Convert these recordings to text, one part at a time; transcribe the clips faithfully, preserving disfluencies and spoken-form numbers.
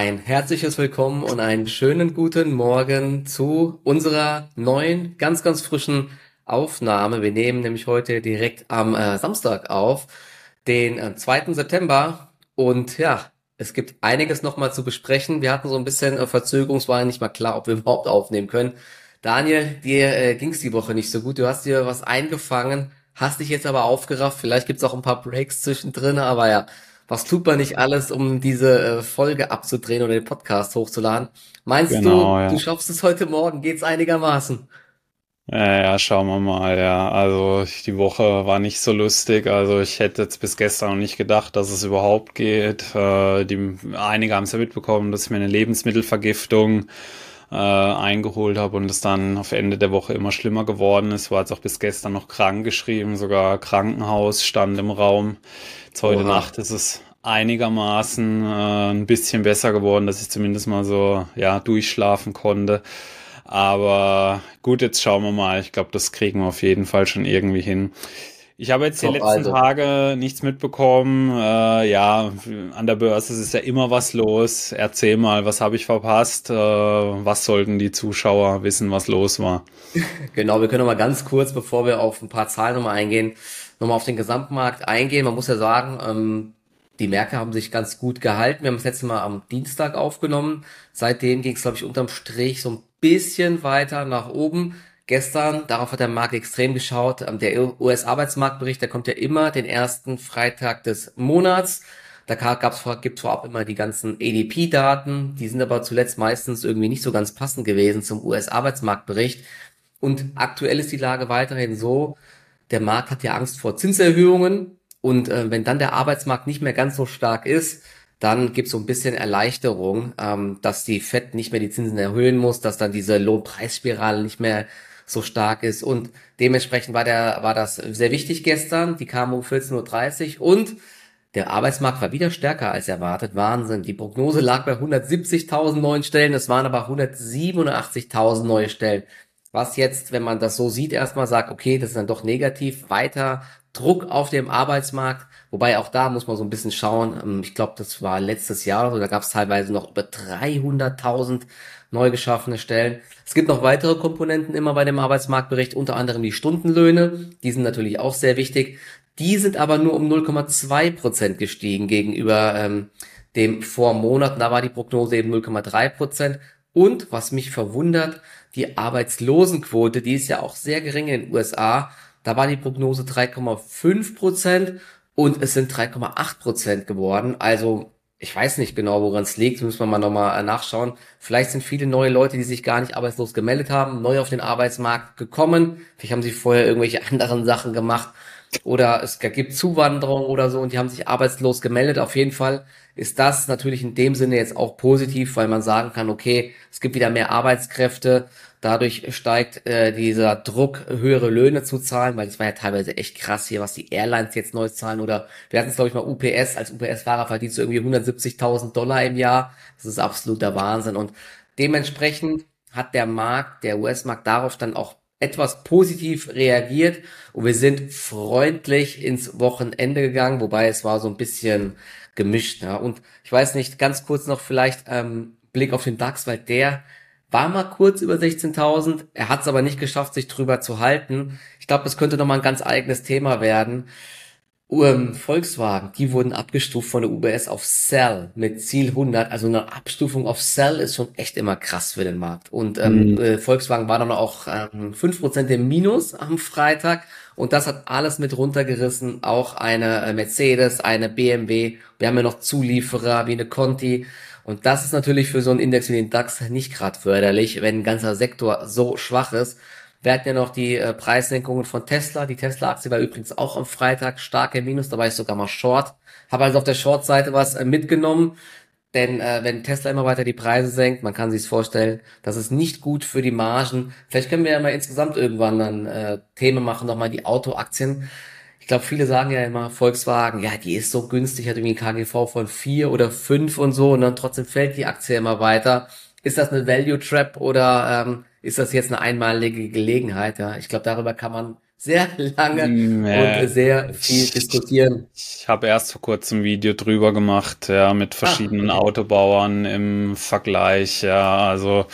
Ein herzliches Willkommen und einen schönen guten Morgen zu unserer neuen, ganz, ganz frischen Aufnahme. Wir nehmen nämlich heute direkt am äh, Samstag auf, den äh, zweiten September. Und ja, es gibt einiges nochmal zu besprechen. Wir hatten so ein bisschen äh, Verzögerung, es war nicht mal klar, ob wir überhaupt aufnehmen können. Daniel, dir äh, ging es die Woche nicht so gut. Du hast dir was eingefangen, hast dich jetzt aber aufgerafft. Vielleicht gibt's auch ein paar Breaks zwischendrin, aber ja. Was tut man nicht alles, um diese äh, Folge abzudrehen oder den Podcast hochzuladen? Meinst Genau, du, du ja. schaffst es heute Morgen? Geht's einigermaßen? Ja, ja, schauen wir mal, ja. Also ich- die Woche war nicht so lustig. Also ich hätte jetzt bis gestern noch nicht gedacht, dass es überhaupt geht. Äh, die, einige haben es ja mitbekommen, dass ich mir eine Lebensmittelvergiftung äh, eingeholt habe und es dann auf Ende der Woche immer schlimmer geworden ist. War jetzt auch bis gestern noch krank geschrieben, sogar Krankenhaus stand im Raum. Jetzt heute Oha. Nacht ist es einigermaßen äh, ein bisschen besser geworden, dass ich zumindest mal so ja durchschlafen konnte. Aber gut, jetzt schauen wir mal. Ich glaube, das kriegen wir auf jeden Fall schon irgendwie hin. Ich habe jetzt die Top letzten also. Tage nichts mitbekommen. Äh, ja, an der Börse ist ja immer was los. Erzähl mal, was habe ich verpasst? Äh, was sollten die Zuschauer wissen, was los war? Genau, wir können noch mal ganz kurz, bevor wir auf ein paar Zahlen nochmal eingehen, nochmal auf den Gesamtmarkt eingehen. Man muss ja sagen, ähm, die Märkte haben sich ganz gut gehalten. Wir haben das letzte Mal am Dienstag aufgenommen. Seitdem ging es, glaube ich, unterm Strich so ein bisschen weiter nach oben. Gestern, darauf hat der Markt extrem geschaut. Ähm, Der U S-Arbeitsmarktbericht, der kommt ja immer den ersten Freitag des Monats. Da gab's vor, gibt's vorab immer die ganzen A D P-Daten. Die sind aber zuletzt meistens irgendwie nicht so ganz passend gewesen zum U S-Arbeitsmarktbericht. Und aktuell ist die Lage weiterhin so, der Markt hat ja Angst vor Zinserhöhungen und äh, wenn dann der Arbeitsmarkt nicht mehr ganz so stark ist, dann gibt es so ein bisschen Erleichterung, ähm, dass die Fed nicht mehr die Zinsen erhöhen muss, dass dann diese Lohnpreisspirale nicht mehr so stark ist und dementsprechend war der war das sehr wichtig gestern. Die kam um vierzehn Uhr dreißig und der Arbeitsmarkt war wieder stärker als erwartet. Wahnsinn. Die Prognose lag bei hundertsiebzigtausend neuen Stellen. Es waren aber hundertsiebenundachtzigtausend neue Stellen. Was jetzt, wenn man das so sieht, erstmal sagt, okay, das ist dann doch negativ. Weiter Druck auf dem Arbeitsmarkt. Wobei auch da muss man so ein bisschen schauen. Ähm, Ich glaube, das war letztes Jahr oder so. Da gab es teilweise noch über dreihunderttausend neu geschaffene Stellen. Es gibt noch weitere Komponenten immer bei dem Arbeitsmarktbericht, unter anderem die Stundenlöhne. Die sind natürlich auch sehr wichtig. Die sind aber nur um null Komma zwei Prozent gestiegen gegenüber ähm, dem Vormonat. Da war die Prognose eben null Komma drei Prozent. Und was mich verwundert, die Arbeitslosenquote, die ist ja auch sehr gering in den U S A. Da war die Prognose drei Komma fünf Prozent und es sind drei Komma acht Prozent geworden. Also ich weiß nicht genau, woran es liegt. Müssen wir mal nochmal nachschauen. Vielleicht sind viele neue Leute, die sich gar nicht arbeitslos gemeldet haben, neu auf den Arbeitsmarkt gekommen. Vielleicht haben sie vorher irgendwelche anderen Sachen gemacht oder es gibt Zuwanderung oder so und die haben sich arbeitslos gemeldet. Auf jeden Fall ist das natürlich in dem Sinne jetzt auch positiv, weil man sagen kann, okay, es gibt wieder mehr Arbeitskräfte, dadurch steigt äh, dieser Druck, höhere Löhne zu zahlen, weil das war ja teilweise echt krass hier, was die Airlines jetzt neu zahlen oder wir hatten es glaube ich mal U P S, als U P S-Fahrer verdienst du irgendwie hundertsiebzigtausend Dollar im Jahr. Das ist absoluter Wahnsinn und dementsprechend hat der Markt, der U S-Markt darauf dann auch etwas positiv reagiert und wir sind freundlich ins Wochenende gegangen, wobei es war so ein bisschen gemischt. Ja. Und ich weiß nicht, ganz kurz noch vielleicht ähm, Blick auf den DAX, weil der war mal kurz über sechzehntausend, er hat es aber nicht geschafft, sich drüber zu halten. Ich glaube, das könnte nochmal ein ganz eigenes Thema werden. Ähm, Volkswagen, die wurden abgestuft von der U B S auf Sell mit Ziel hundert. Also eine Abstufung auf Sell ist schon echt immer krass für den Markt. Und ähm, Hm. äh, Volkswagen war dann auch ähm, fünf Prozent im Minus am Freitag. Und das hat alles mit runtergerissen. Auch eine äh, Mercedes, eine B M W. Wir haben ja noch Zulieferer wie eine Conti. Und das ist natürlich für so einen Index wie den DAX nicht gerade förderlich, wenn ein ganzer Sektor so schwach ist. Wir hatten ja noch die äh, Preissenkungen von Tesla. Die Tesla-Aktie war übrigens auch am Freitag stark im Minus, da war ich sogar mal Short. Habe also auf der Short-Seite was äh, mitgenommen, denn äh, wenn Tesla immer weiter die Preise senkt, man kann sich's vorstellen, das ist nicht gut für die Margen. Vielleicht können wir ja mal insgesamt irgendwann ein äh, Thema machen, nochmal die Autoaktien. Ich glaube, viele sagen ja immer, Volkswagen, ja, die ist so günstig, hat irgendwie ein K G V von vier oder fünf und so, und dann trotzdem fällt die Aktie immer weiter. Ist das eine Value Trap oder ähm, ist das jetzt eine einmalige Gelegenheit? Ja, ich glaube, darüber kann man sehr lange und Nee. sehr viel diskutieren. Ich habe erst vor kurzem ein Video drüber gemacht, ja, mit Ah, verschiedenen okay. Autobauern im Vergleich, ja, also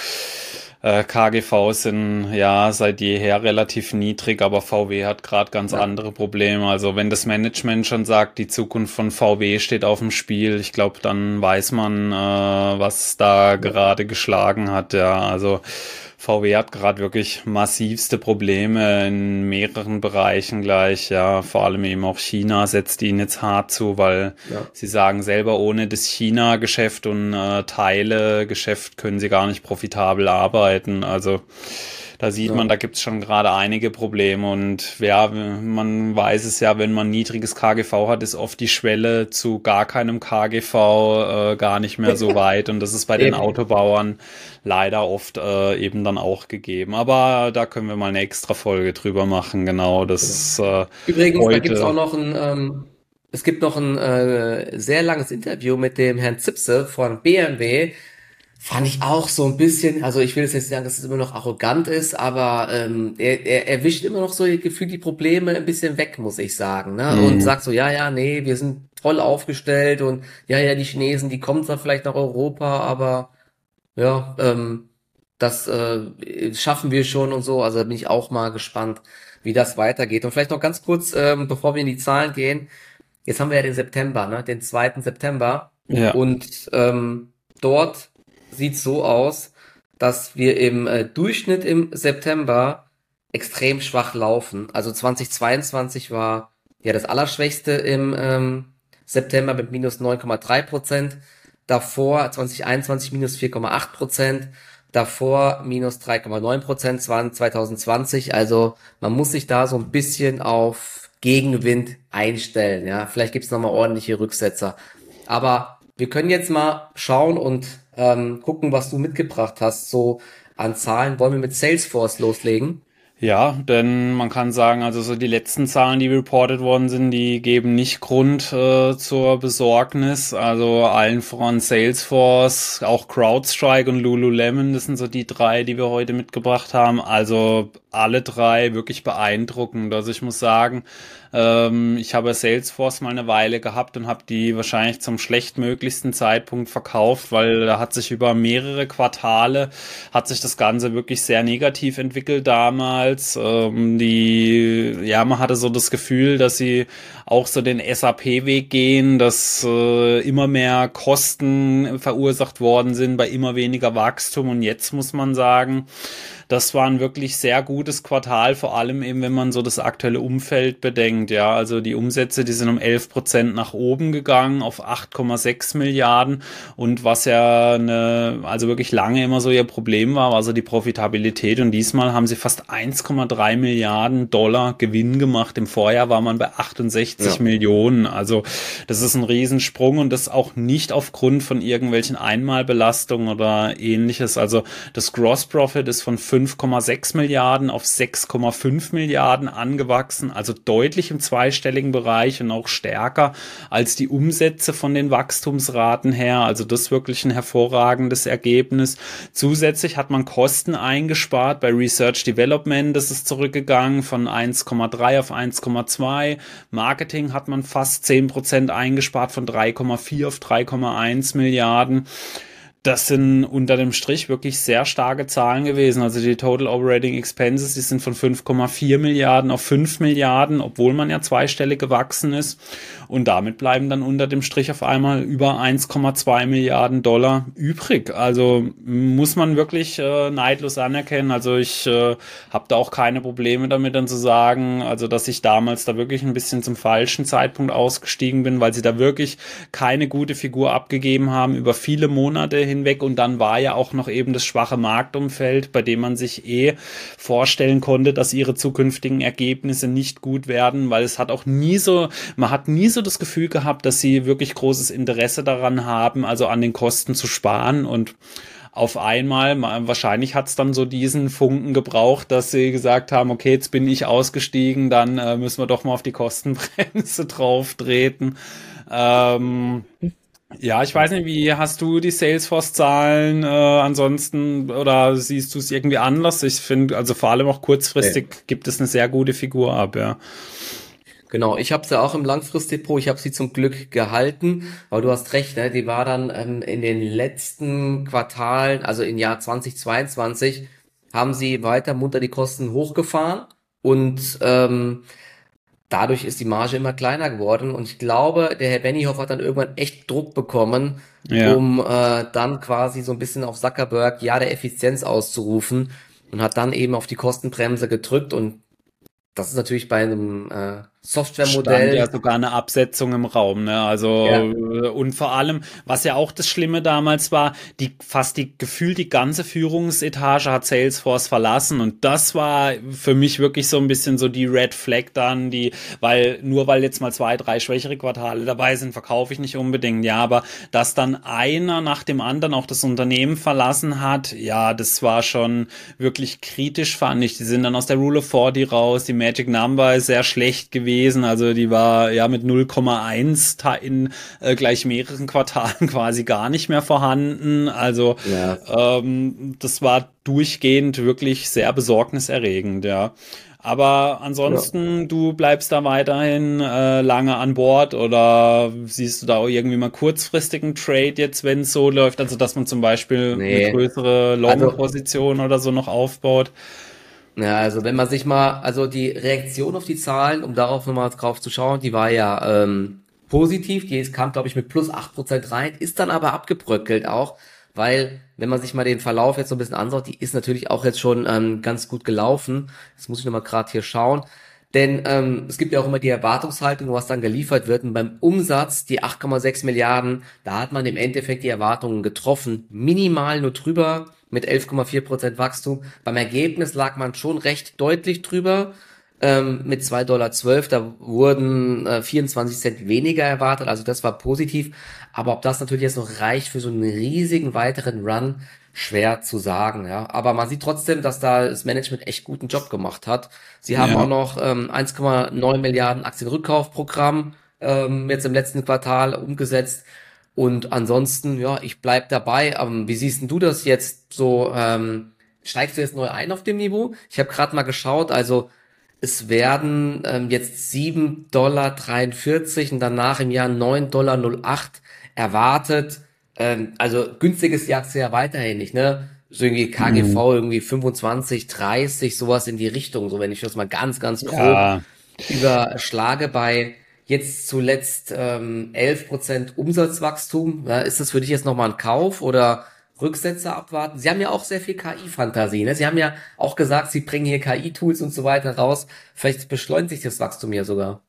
äh, K G Vs sind ja seit jeher relativ niedrig, aber V W hat gerade ganz Ja, andere Probleme. Also wenn das Management schon sagt, die Zukunft von V W steht auf dem Spiel, ich glaube, dann weiß man, äh, was da ja, gerade geschlagen hat, ja, also V W hat gerade wirklich massivste Probleme in mehreren Bereichen gleich, ja, vor allem eben auch China setzt ihnen jetzt hart zu, weil ja, sie sagen selber, ohne das China-Geschäft und äh, Teile-Geschäft können sie gar nicht profitabel arbeiten. Also da sieht man, ja, da gibt's schon gerade einige Probleme und ja, man weiß es ja, wenn man niedriges K G V hat, ist oft die Schwelle zu gar keinem K G V äh, gar nicht mehr so weit und das ist bei den eben. Autobauern leider oft äh, eben dann auch gegeben. Aber da können wir mal eine extra Folge drüber machen, genau, Genau. das äh, Übrigens, da gibt's auch heute. noch ein, ähm, es gibt noch ein äh, sehr langes Interview mit dem Herrn Zipse von B M W. Fand ich auch so ein bisschen, also ich will jetzt nicht sagen, dass es immer noch arrogant ist, aber ähm, er, er, er wischt immer noch so gefühlt die Probleme ein bisschen weg, muss ich sagen, ne? Und Mh, sagt so, ja, ja, nee, wir sind toll aufgestellt und ja, ja, die Chinesen, die kommen zwar vielleicht nach Europa, aber ja, ähm, das äh, schaffen wir schon und so. Also da bin ich auch mal gespannt, wie das weitergeht. Und vielleicht noch ganz kurz, ähm, bevor wir in die Zahlen gehen. Jetzt haben wir ja den September, ne? Den zweiten September. ja. Und ähm, dort sieht's so aus, dass wir im äh, Durchschnitt im September extrem schwach laufen. Also zweitausendzweiundzwanzig war ja das Allerschwächste im ähm, September mit minus neun Komma drei Prozent. Davor zweitausendeinundzwanzig minus vier Komma acht Prozent. Davor minus drei Komma neun Prozent waren zweitausendzwanzig. Also man muss sich da so ein bisschen auf Gegenwind einstellen. Ja, vielleicht gibt's noch mal ordentliche Rücksetzer. Aber wir können jetzt mal schauen und ähm, gucken, was du mitgebracht hast. So an Zahlen wollen wir mit Salesforce loslegen. Ja, denn man kann sagen, also so die letzten Zahlen, die reported worden sind, die geben nicht Grund äh, zur Besorgnis. Also allen voran Salesforce, auch CrowdStrike und Lululemon, das sind so die drei, die wir heute mitgebracht haben. Also alle drei wirklich beeindruckend. Also ich muss sagen, ähm, ich habe Salesforce mal eine Weile gehabt und habe die wahrscheinlich zum schlechtmöglichsten Zeitpunkt verkauft, weil da hat sich über mehrere Quartale hat sich das Ganze wirklich sehr negativ entwickelt damals. Ähm, die, ja, man hatte so das Gefühl, dass sie auch so den S A P-Weg gehen, dass äh, immer mehr Kosten verursacht worden sind bei immer weniger Wachstum. Und jetzt muss man sagen, das war ein wirklich sehr gutes Quartal, vor allem eben, wenn man so das aktuelle Umfeld bedenkt. Ja, also die Umsätze, die sind um elf Prozent nach oben gegangen auf acht Komma sechs Milliarden. Und was ja eine, also wirklich lange immer so ihr Problem war, war so die Profitabilität. Und diesmal haben sie fast eins Komma drei Milliarden Dollar Gewinn gemacht. Im Vorjahr war man bei achtundsechzig Ja. Millionen. Also das ist ein Riesensprung und das auch nicht aufgrund von irgendwelchen Einmalbelastungen oder ähnliches. Also das Gross Profit ist von fünf Komma sechs Milliarden auf sechs Komma fünf Milliarden angewachsen, also deutlich im zweistelligen Bereich und auch stärker als die Umsätze von den Wachstumsraten her. Also das ist wirklich ein hervorragendes Ergebnis. Zusätzlich hat man Kosten eingespart bei Research Development, das ist zurückgegangen von eins Komma drei auf eins Komma zwei. Marketing hat man fast zehn Prozent eingespart von drei Komma vier auf drei Komma eins Milliarden. Das sind unter dem Strich wirklich sehr starke Zahlen gewesen. Also die Total Operating Expenses, die sind von fünf Komma vier Milliarden auf fünf Milliarden, obwohl man ja zweistellig gewachsen ist. Und damit bleiben dann unter dem Strich auf einmal über eins Komma zwei Milliarden Dollar übrig. Also muss man wirklich äh, neidlos anerkennen. Also ich äh, habe da auch keine Probleme damit dann zu sagen, also dass ich damals da wirklich ein bisschen zum falschen Zeitpunkt ausgestiegen bin, weil sie da wirklich keine gute Figur abgegeben haben über viele Monate hinweg und dann war ja auch noch eben das schwache Marktumfeld, bei dem man sich eh vorstellen konnte, dass ihre zukünftigen Ergebnisse nicht gut werden, weil es hat auch nie so, man hat nie so das Gefühl gehabt, dass sie wirklich großes Interesse daran haben, also an den Kosten zu sparen und auf einmal, wahrscheinlich hat es dann so diesen Funken gebraucht, dass sie gesagt haben, okay, jetzt bin ich ausgestiegen, dann äh, müssen wir doch mal auf die Kostenbremse drauf treten. Ähm, Ja, ich weiß nicht, wie hast du die Salesforce-Zahlen äh, ansonsten oder siehst du es irgendwie anders? Ich finde, also vor allem auch Nee. kurzfristig gibt es eine sehr gute Figur ab, ja. Genau, ich habe sie ja auch im Langfristdepot, ich habe sie zum Glück gehalten, aber du hast recht, ne? Die war dann ähm, in den letzten Quartalen, also im Jahr zweitausendzweiundzwanzig, haben sie weiter munter die Kosten hochgefahren und ähm, dadurch ist die Marge immer kleiner geworden und ich glaube, der Herr Benioff hat dann irgendwann echt Druck bekommen, Ja. um äh, dann quasi so ein bisschen auf Zuckerberg ja der Effizienz auszurufen und hat dann eben auf die Kostenbremse gedrückt und das ist natürlich bei einem äh, Stand ja Softwaremodell, sogar eine Absetzung im Raum, ne? Also ja, äh, und vor allem, was ja auch das Schlimme damals war, die fast die gefühlt die ganze Führungsetage hat Salesforce verlassen und das war für mich wirklich so ein bisschen so die Red Flag dann, die, weil nur weil jetzt mal zwei, drei schwächere Quartale dabei sind, verkaufe ich nicht unbedingt, ja, aber dass dann einer nach dem anderen auch das Unternehmen verlassen hat, ja, das war schon wirklich kritisch, fand ich. Die sind dann aus der Rule of vierzig raus, die Magic Number ist sehr schlecht gewesen, also die war ja mit null Komma eins in äh, gleich mehreren Quartalen quasi gar nicht mehr vorhanden. Also ja, ähm, das war durchgehend wirklich sehr besorgniserregend, ja. Aber ja. ansonsten, du bleibst da weiterhin äh, lange an Bord oder siehst du da auch irgendwie mal kurzfristigen Trade jetzt, wenn es so läuft, also dass man zum Beispiel eine Nee, größere also, Long-Position oder so noch aufbaut? ja, also wenn man sich mal, also die Reaktion auf die Zahlen, um darauf nochmal drauf zu schauen, die war ja ähm, positiv, die kam, glaube ich, mit plus acht Prozent rein, ist dann aber abgebröckelt auch, weil, wenn man sich mal den Verlauf jetzt so ein bisschen anschaut, die ist natürlich auch jetzt schon ähm, ganz gut gelaufen. Jetzt muss ich nochmal gerade hier schauen. Denn ähm, es gibt ja auch immer die Erwartungshaltung, was dann geliefert wird. Und beim Umsatz, die acht Komma sechs Milliarden, da hat man im Endeffekt die Erwartungen getroffen. Minimal nur drüber mit elf Komma vier Prozent Wachstum. Beim Ergebnis lag man schon recht deutlich drüber ähm, mit zwei Komma zwölf Dollar. Da wurden äh, vierundzwanzig Cent weniger erwartet. Also das war positiv. Aber ob das natürlich jetzt noch reicht für so einen riesigen weiteren Run, schwer zu sagen, ja. Aber man sieht trotzdem, dass da das Management echt guten Job gemacht hat. Sie haben auch Ja. noch ähm, eins Komma neun Milliarden Aktienrückkaufprogramm ähm, jetzt im letzten Quartal umgesetzt. Und ansonsten, ja, ich bleib dabei. Ähm, wie siehst denn du das jetzt so? Ähm, steigst du jetzt neu ein auf dem Niveau? Ich habe gerade mal geschaut, also es werden ähm, jetzt sieben Komma dreiundvierzig Dollar und danach im Jahr neun Komma null acht Dollar erwartet. Ähm, also günstig ist die Aktie ja weiterhin nicht, ne? So irgendwie K G V irgendwie fünfundzwanzig, dreißig, sowas in die Richtung. So wenn ich das mal ganz, ganz grob Ja, überschlage bei jetzt zuletzt ähm, elf Prozent Umsatzwachstum. Ja, ist das für dich jetzt nochmal ein Kauf oder Rücksätze abwarten? Sie haben ja auch sehr viel K I-Fantasie. Ne? Sie haben ja auch gesagt, Sie bringen hier K I-Tools und so weiter raus. Vielleicht beschleunigt sich das Wachstum ja sogar.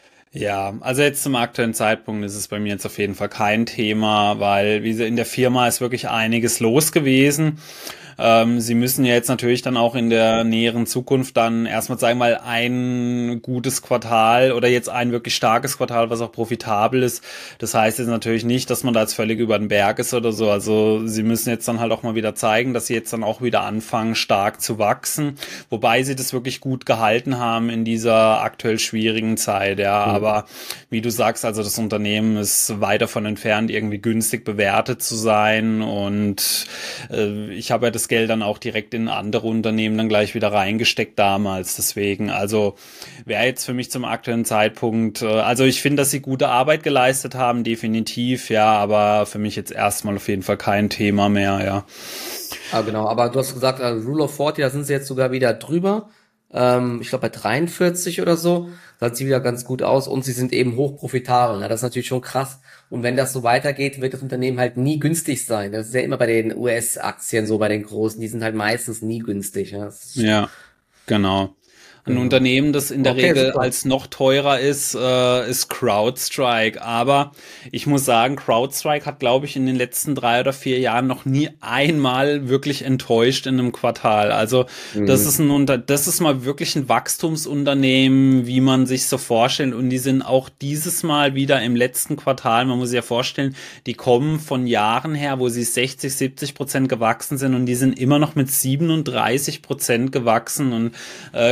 ja, also jetzt zum aktuellen Zeitpunkt ist es bei mir jetzt auf jeden Fall kein Thema, weil wie sie in der Firma ist wirklich einiges los gewesen. Ähm, sie müssen ja jetzt natürlich dann auch in der näheren Zukunft dann erstmal sagen wir mal ein gutes Quartal oder jetzt ein wirklich starkes Quartal, was auch profitabel ist. Das heißt jetzt natürlich nicht, dass man da jetzt völlig über den Berg ist oder so. Also sie müssen jetzt dann halt auch mal wieder zeigen, dass sie jetzt dann auch wieder anfangen, stark zu wachsen. Wobei sie das wirklich gut gehalten haben in dieser aktuell schwierigen Zeit, ja. Hm. Aber wie du sagst, also das Unternehmen ist weit davon entfernt, irgendwie günstig bewertet zu sein. Und äh, ich habe ja das Geld dann auch direkt in andere Unternehmen dann gleich wieder reingesteckt damals. Deswegen, also wäre jetzt für mich zum aktuellen Zeitpunkt, äh, also ich finde, dass sie gute Arbeit geleistet haben, definitiv, ja, aber für mich jetzt erstmal auf jeden Fall kein Thema mehr, ja. Ah, genau, aber du hast gesagt, äh, Rule of vierzig, da sind sie jetzt sogar wieder drüber. Ähm, ich glaube bei dreiundvierzig oder so. Da sieht sie wieder ganz gut aus und sie sind eben hochprofitabel. Ne? Das ist natürlich schon krass. Und wenn das so weitergeht, wird das Unternehmen halt nie günstig sein. Das ist ja immer bei den U S-Aktien so, bei den großen. Die sind halt meistens nie günstig. Ja? Das ist, Ja, genau. Ein genau. Unternehmen, das in der Okay, Regel super. als noch teurer ist, äh, ist CrowdStrike. Aber ich muss sagen, CrowdStrike hat, glaube ich, in den letzten drei oder vier Jahren noch nie einmal wirklich enttäuscht in einem Quartal. Also das ist Mhm. ein Unter, das ist mal wirklich ein Wachstumsunternehmen, wie man sich so vorstellt. Und die sind auch dieses Mal wieder im letzten Quartal. Man muss sich ja vorstellen, die kommen von Jahren her, wo sie sechzig, siebzig Prozent gewachsen sind und die sind immer noch mit siebenunddreißig Prozent gewachsen und äh, auch die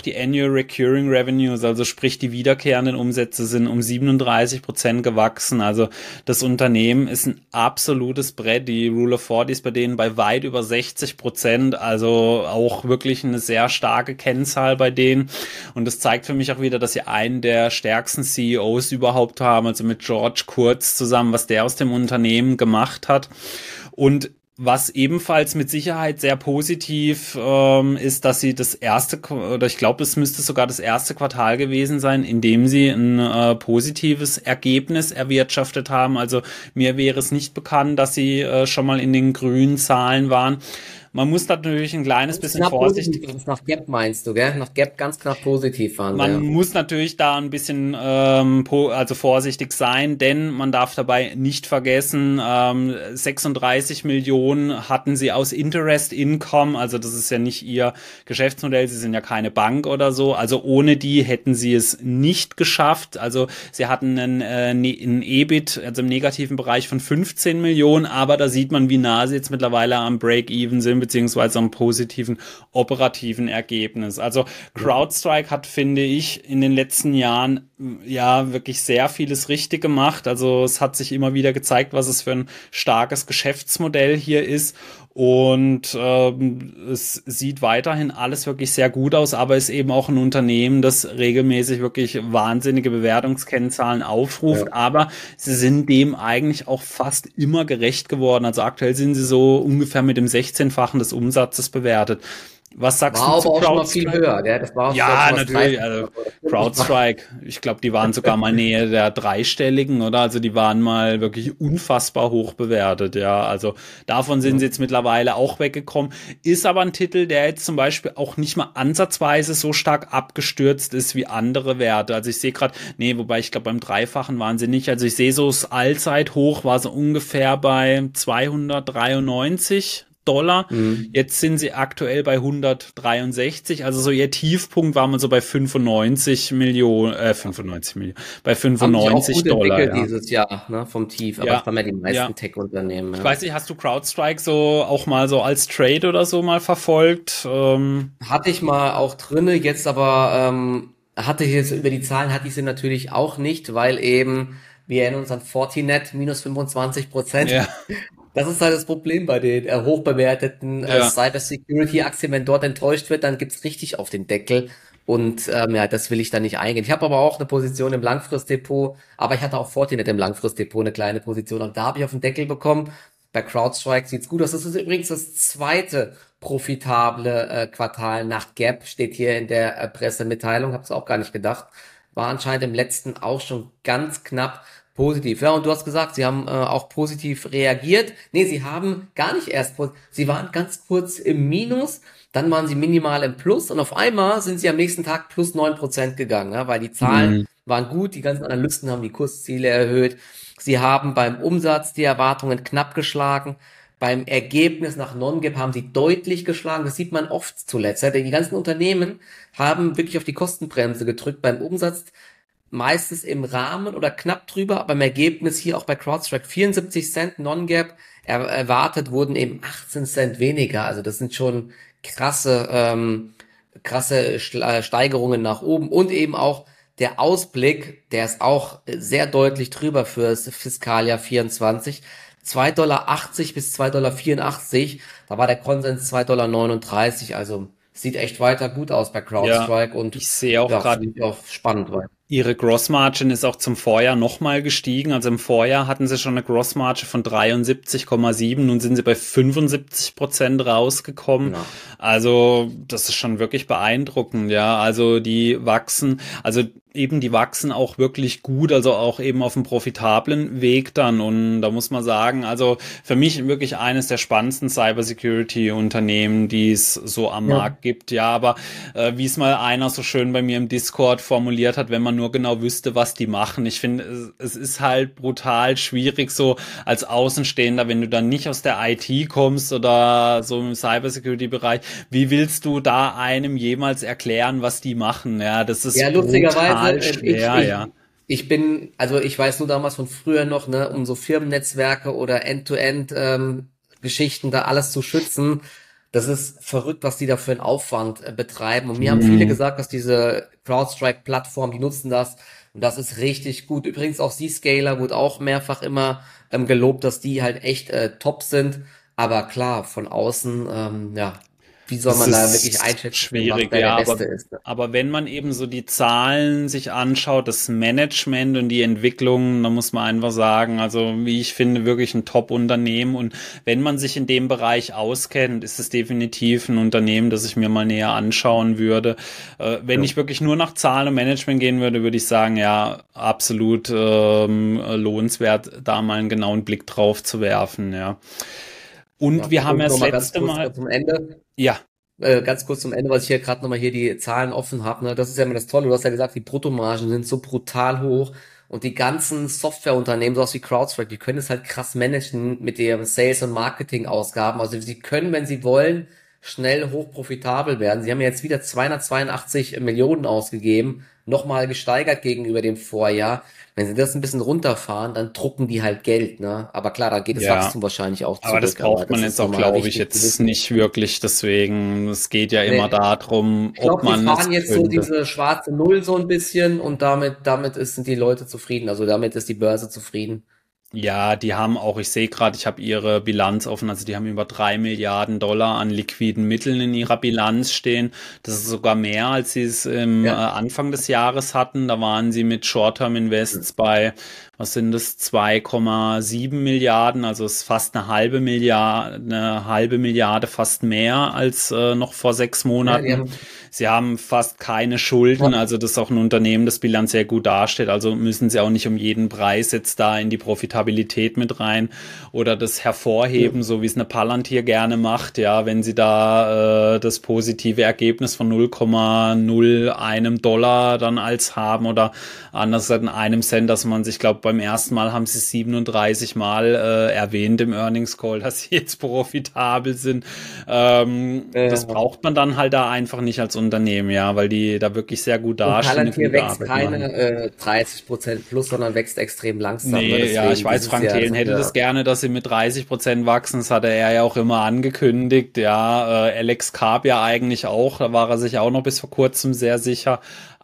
die Annual Recurring Revenues, also sprich die wiederkehrenden Umsätze sind um siebenunddreißig Prozent gewachsen. Also das Unternehmen ist ein absolutes Brett. Die Rule of forty ist bei denen bei weit über sechzig Prozent, also auch wirklich eine sehr starke Kennzahl bei denen. Und das zeigt für mich auch wieder, dass sie einen der stärksten C E Os überhaupt haben, also mit George Kurtz zusammen, was der aus dem Unternehmen gemacht hat. Und was ebenfalls mit Sicherheit sehr positiv ähm, ist, dass sie das erste, oder ich glaube, es müsste sogar das erste Quartal gewesen sein, in dem sie ein äh, positives Ergebnis erwirtschaftet haben. Also mir wäre es nicht bekannt, dass sie äh, schon mal in den grünen Zahlen waren. Man muss natürlich ein kleines bisschen vorsichtig... Positiv, nach Gap meinst du, gell? Nach Gap ganz knapp positiv waren. Man ja. muss natürlich da ein bisschen ähm, po, also vorsichtig sein, denn man darf dabei nicht vergessen, ähm, sechsunddreißig Millionen hatten sie aus Interest Income, also das ist ja nicht ihr Geschäftsmodell, sie sind ja keine Bank oder so, also ohne die hätten sie es nicht geschafft. Also sie hatten einen, äh, einen E B I T, also im negativen Bereich von fünfzehn Millionen, aber da sieht man, wie nah sie jetzt mittlerweile am Break-Even sind, beziehungsweise am positiven operativen Ergebnis. Also CrowdStrike hat, finde ich, in den letzten Jahren ja wirklich sehr vieles richtig gemacht. Also es hat sich immer wieder gezeigt, was es für ein starkes Geschäftsmodell hier ist. Und ähm, es sieht weiterhin alles wirklich sehr gut aus, aber ist eben auch ein Unternehmen, das regelmäßig wirklich wahnsinnige Bewertungskennzahlen aufruft. Ja. Aber sie sind dem eigentlich auch fast immer gerecht geworden. Also aktuell sind sie so ungefähr mit dem sechzehnfachen des Umsatzes bewertet. Was sagst war du zu aber auch schon mal CrowdStrike? Viel höher, gell? Das war ja, natürlich. Also CrowdStrike, ich glaube, die waren sogar mal näher der dreistelligen, oder? Also die waren mal wirklich unfassbar hoch bewertet, ja. Also davon sind sie jetzt mittlerweile auch weggekommen. Ist aber ein Titel, der jetzt zum Beispiel auch nicht mal ansatzweise so stark abgestürzt ist wie andere Werte. Also ich sehe gerade, nee, wobei ich glaube, beim Dreifachen waren sie nicht. Also ich sehe so, das Allzeithoch war so ungefähr bei zweihundertdreiundneunzig Dollar. Mhm. Jetzt sind sie aktuell bei hundertdreiundsechzig. Also so ihr Tiefpunkt war man so bei fünfundneunzig Millionen, äh, fünfundneunzig Millionen, bei fünfundneunzig haben sich auch gut Dollar. Ja. Dieses Jahr, ne, vom Tief. Aber ja. das haben ja die meisten ja. Tech-Unternehmen. Ja. Ich weiß nicht, hast du CrowdStrike so auch mal so als Trade oder so mal verfolgt? Ähm hatte ich mal auch drinne, jetzt aber ähm, hatte ich jetzt über die Zahlen hatte ich sie natürlich auch nicht, weil eben wir erinnern uns an Fortinet minus fünfundzwanzig Prozent. Ja. Das ist halt das Problem bei den äh, hochbewerteten äh, ja. Cybersecurity-Aktien. Wenn dort enttäuscht wird, dann gibt's richtig auf den Deckel. Und ähm, ja, das will ich da nicht eingehen. Ich habe aber auch eine Position im Langfristdepot, aber ich hatte auch Fortinet im Langfristdepot, eine kleine Position. Und da habe ich auf den Deckel bekommen. Bei CrowdStrike sieht's gut aus. Das ist übrigens das zweite profitable äh, Quartal nach Gap, steht hier in der äh, Pressemitteilung. Hab's auch gar nicht gedacht. War anscheinend im letzten auch schon ganz knapp positiv. Ja, und du hast gesagt, sie haben äh, auch positiv reagiert. Nee, sie haben gar nicht erst, sie waren ganz kurz im Minus, dann waren sie minimal im Plus und auf einmal sind sie am nächsten Tag plus neun Prozent gegangen, ja, weil die Zahlen mhm. waren gut, die ganzen Analysten haben die Kursziele erhöht. Sie haben beim Umsatz die Erwartungen knapp geschlagen. Beim Ergebnis nach Non-Gap haben sie deutlich geschlagen. Das sieht man oft zuletzt. Ja, denn die ganzen Unternehmen haben wirklich auf die Kostenbremse gedrückt. Beim Umsatz meistens im Rahmen oder knapp drüber, aber im Ergebnis hier auch bei CrowdStrike vierundsiebzig Cent Non-Gap er erwartet, wurden eben achtzehn Cent weniger. Also das sind schon krasse, ähm, krasse Steigerungen nach oben und eben auch der Ausblick, der ist auch sehr deutlich drüber fürs Fiskaljahr vierundzwanzig. zwei Komma achtzig Dollar bis zwei Komma vierundachtzig Dollar, da war der Konsens zwei Komma neununddreißig Dollar, also sieht echt weiter gut aus bei CrowdStrike. Ja, und ich sehe auch ja, gerade auch spannend, weil ihre Grossmargin ist auch zum Vorjahr nochmal gestiegen. Also im Vorjahr hatten sie schon eine Grossmargin von dreiundsiebzig Komma sieben. Nun sind sie bei fünfundsiebzig Prozent rausgekommen. Ja. Also das ist schon wirklich beeindruckend. Ja, also die wachsen, also eben die wachsen auch wirklich gut, also auch eben auf einem profitablen Weg dann. Und da muss man sagen, also für mich wirklich eines der spannendsten Cybersecurity-Unternehmen, die es so am ja. Markt gibt. Ja, aber äh, wie es mal einer so schön bei mir im Discord formuliert hat, wenn man nur genau wüsste, was die machen. Ich finde, es, es ist halt brutal schwierig so als Außenstehender, wenn du dann nicht aus der I T kommst oder so im Cybersecurity-Bereich, wie willst du da einem jemals erklären, was die machen? Ja, das ist ja, lustigerweise, schwer, ich, ich, ja. Ich bin, also ich weiß nur damals von früher noch, ne, um so Firmennetzwerke oder End-to-End ähm, Geschichten da alles zu schützen, Das ist verrückt, was die da für einen Aufwand äh, betreiben. Und mir haben viele Mhm. gesagt, dass diese CrowdStrike-Plattform, die nutzen das. Und das ist richtig gut. Übrigens auch Zscaler wurde auch mehrfach immer ähm, gelobt, dass die halt echt äh, top sind. Aber klar, von außen, ähm, ja, wie soll Das man da wirklich ist einschätzen können, was schwierig, da der ja, Beste aber, ist? Ne? aber wenn man eben so die Zahlen sich anschaut, das Management und die Entwicklung, da muss man einfach sagen, also wie ich finde, wirklich ein Top-Unternehmen. Und wenn man sich in dem Bereich auskennt, ist es definitiv ein Unternehmen, das ich mir mal näher anschauen würde. Äh, wenn Ja. ich wirklich nur nach Zahlen und Management gehen würde, würde ich sagen, ja, absolut ähm, lohnenswert, da mal einen genauen Blick drauf zu werfen, ja. Und Ja. wir haben ja Und das nochmal ganz letzte kurz Mal, äh, zum Ende. ja, Äh, ganz kurz zum Ende, was ich hier gerade nochmal hier die Zahlen offen habe, ne? Das ist ja immer das Tolle. Du hast ja gesagt, die Bruttomargen sind so brutal hoch und die ganzen Softwareunternehmen, sowas wie CrowdStrike, die können es halt krass managen mit ihren Sales- und Marketing-Ausgaben. Also sie können, wenn sie wollen, schnell hoch profitabel werden. Sie haben ja jetzt wieder zweihundertzweiundachtzig Millionen ausgegeben, nochmal gesteigert gegenüber dem Vorjahr. Wenn sie das ein bisschen runterfahren, dann drucken die halt Geld, ne? Aber klar, da geht das ja. Wachstum wahrscheinlich auch Aber das zurück, aber braucht man das jetzt ist auch, nochmal glaube ich, wichtig zu jetzt wissen. nicht wirklich. Deswegen, es geht ja immer Nee. darum, Ich ob glaube, die man fahren es jetzt so könnte. diese schwarze Null so ein bisschen und damit, damit ist, sind die Leute zufrieden. Also damit ist die Börse zufrieden. Ja, die haben auch, ich sehe gerade, ich habe ihre Bilanz offen, also die haben über drei Milliarden Dollar an liquiden Mitteln in ihrer Bilanz stehen. Das ist sogar mehr, als sie es im äh, Ja. Anfang des Jahres hatten. Da waren sie mit Short-Term-Invests bei, was sind das, zwei Komma sieben Milliarden, also ist fast eine halbe Milliarde, eine halbe Milliarde, fast mehr als äh, noch vor sechs Ja, die Monaten. haben, Sie haben fast keine Schulden, ja, also das ist auch ein Unternehmen, das bilanziell gut dasteht. Also müssen sie auch nicht um jeden Preis jetzt da in die Profitabilität mit rein oder das ja, hervorheben, so wie es eine Palantir gerne macht. Ja, wenn sie da äh, das positive Ergebnis von null Komma null eins Dollar dann als haben oder anders in einem Cent, dass man sich, ich glaube, beim ersten Mal haben sie siebenunddreißig Mal äh, erwähnt im Earnings Call, dass sie jetzt profitabel sind. Ähm, das ja. braucht man dann halt da einfach nicht als Unternehmen, ja, weil die da wirklich sehr gut Und dastehen, eine Palantir gute wächst Arbeit machen. keine äh, dreißig Prozent plus, sondern wächst extrem langsam. Ne? Nee, ja, ich Deswegen, das weiß, ist Frank ja, das Thelen ist hätte ja, das gerne, dass sie mit dreißig Prozent wachsen. Das hatte er ja auch immer angekündigt. Ja, äh, Alex Karp ja eigentlich auch. Da war er sich auch noch bis vor kurzem sehr sicher.